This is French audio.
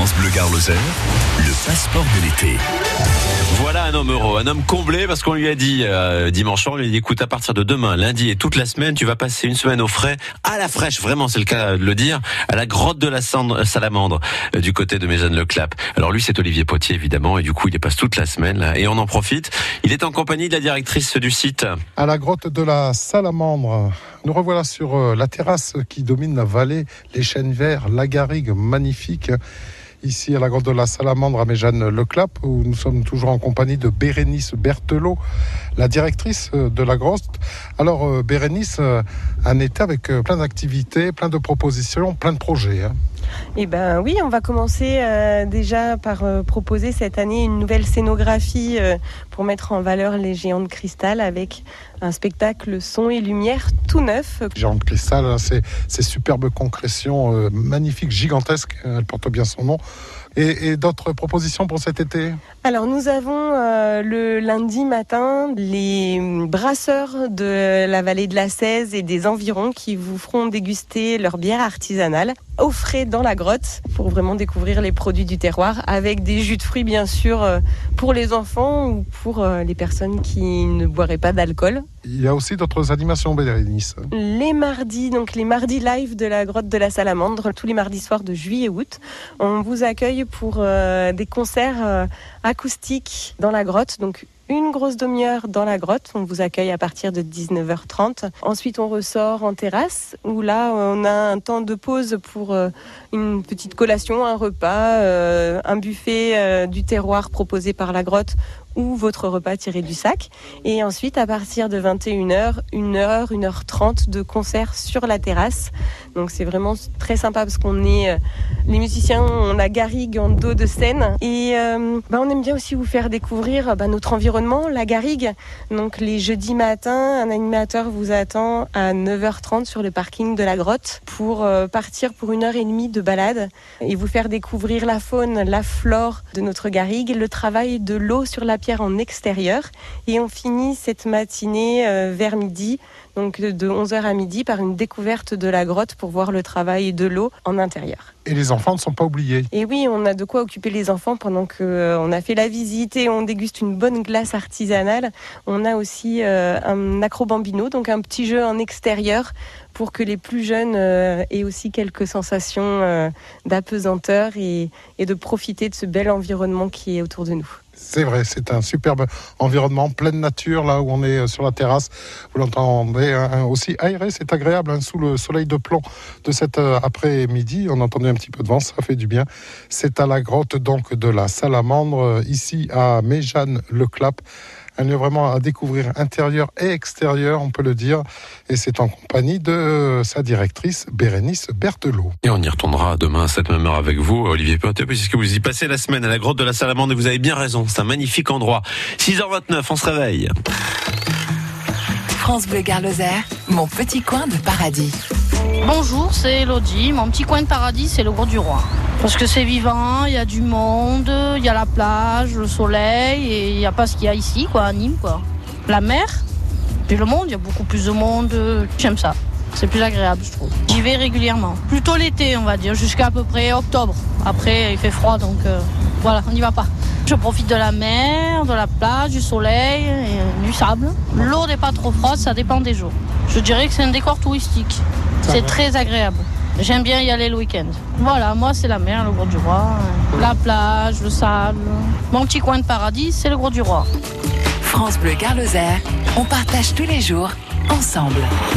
France Bleu Gare Lozère, le passeport de l'été. Voilà un homme heureux, un homme comblé parce qu'on lui a dit dimanche soir, on lui a dit écoute, à partir de demain, lundi et toute la semaine, tu vas passer une semaine au frais, à la fraîche, vraiment c'est le cas de le dire, à la grotte de la Salamandre, du côté de Méjeanne-le-Clap. Alors lui c'est Olivier Potier évidemment et du coup il y passe toute la semaine là, et on en profite. Il est en compagnie de la directrice du site. À la grotte de la Salamandre, nous revoilà sur la terrasse qui domine la vallée, les chênes verts, la garrigue magnifique. Ici à la grotte de la Salamandre à Méjeanne-le-Clap, où nous sommes toujours en compagnie de Bérénice Berthelot, la directrice de la grotte. Alors Bérénice, un été avec plein d'activités, plein de propositions, plein de projets. Eh ben oui, on va commencer déjà par proposer cette année une nouvelle scénographie pour mettre en valeur les géants de cristal avec un spectacle son et lumière tout neuf. Géants de cristal, ces superbes concrétions magnifiques, gigantesques, elle porte bien son nom. Et d'autres propositions pour cet été ? Alors nous avons le lundi matin les brasseurs de la vallée de la Cèze et des environs qui vous feront déguster leur bière artisanale au frais dans la grotte pour vraiment découvrir les produits du terroir avec des jus de fruits bien sûr pour les enfants ou pour les personnes qui ne boiraient pas d'alcool. Il y a aussi d'autres animations, Bérénice. Les mardis live de la grotte de la Salamandre, tous les mardis soirs de juillet et août. On vous accueille pour des concerts acoustiques dans la grotte, donc une grosse demi-heure dans la grotte. On vous accueille à partir de 19h30. Ensuite, on ressort en terrasse où là, on a un temps de pause pour une petite collation, un repas, un buffet du terroir proposé par la grotte ou votre repas tiré du sac. Et ensuite, à partir de 21h, 1h30 de concert sur la terrasse. Donc c'est vraiment très sympa parce qu'on est les musiciens, on a garrigue en dos de scène et on aime bien aussi vous faire découvrir notre environnement, la garrigue. Donc les jeudis matins, un animateur vous attend à 9h30 sur le parking de la grotte pour partir pour 1h30 de balade et vous faire découvrir la faune, la flore de notre garrigue, le travail de l'eau sur la pierre en extérieur. Et on finit cette matinée vers midi, donc de 11h à midi, par une découverte de la grotte pour voir le travail de l'eau en intérieur. Et les enfants ne sont pas oubliés. Et oui, on a de quoi occuper les enfants pendant qu'on a fait la visite et on déguste une bonne glace artisanale. On a aussi un acrobambino, donc un petit jeu en extérieur pour que les plus jeunes aient aussi quelques sensations d'apesanteur et de profiter de ce bel environnement qui est autour de nous. C'est vrai, c'est un superbe environnement, pleine nature, là où on est sur la terrasse. Vous l'entendez aussi aéré, c'est agréable, sous le soleil de plomb de cet après-midi. On entendait un petit peu de vent, ça fait du bien. C'est à la grotte donc de la Salamandre, ici à Méjeanne-le-Clap. Un lieu vraiment à découvrir intérieur et extérieur, on peut le dire. Et c'est en compagnie de sa directrice, Bérénice Berthelot. Et on y retournera demain à cette même heure avec vous, Olivier Potier, puisque vous y passez la semaine à la grotte de la Salamandre et vous avez bien raison, c'est un magnifique endroit. 6h29, on se réveille. France Bleu Gare Lozère, mon petit coin de paradis. Bonjour, c'est Elodie. Mon petit coin de paradis, c'est le Gros du Roi. Parce que c'est vivant, il y a du monde, il y a la plage, le soleil, et il n'y a pas ce qu'il y a ici, à Nîmes, La mer, puis le monde, il y a beaucoup plus de monde. J'aime ça. C'est plus agréable, je trouve. J'y vais régulièrement. Plutôt l'été, on va dire, jusqu'à peu près octobre. Après, il fait froid, donc voilà, on n'y va pas. Je profite de la mer, de la plage, du soleil, et du sable. L'eau n'est pas trop froide, ça dépend des jours. Je dirais que c'est un décor touristique. C'est très agréable. J'aime bien y aller le week-end. Voilà, moi c'est la mer, le Gros du Roi, la plage, le sable. Mon petit coin de paradis, c'est le Gros du Roi. France Bleu Gare Lozère, on partage tous les jours ensemble.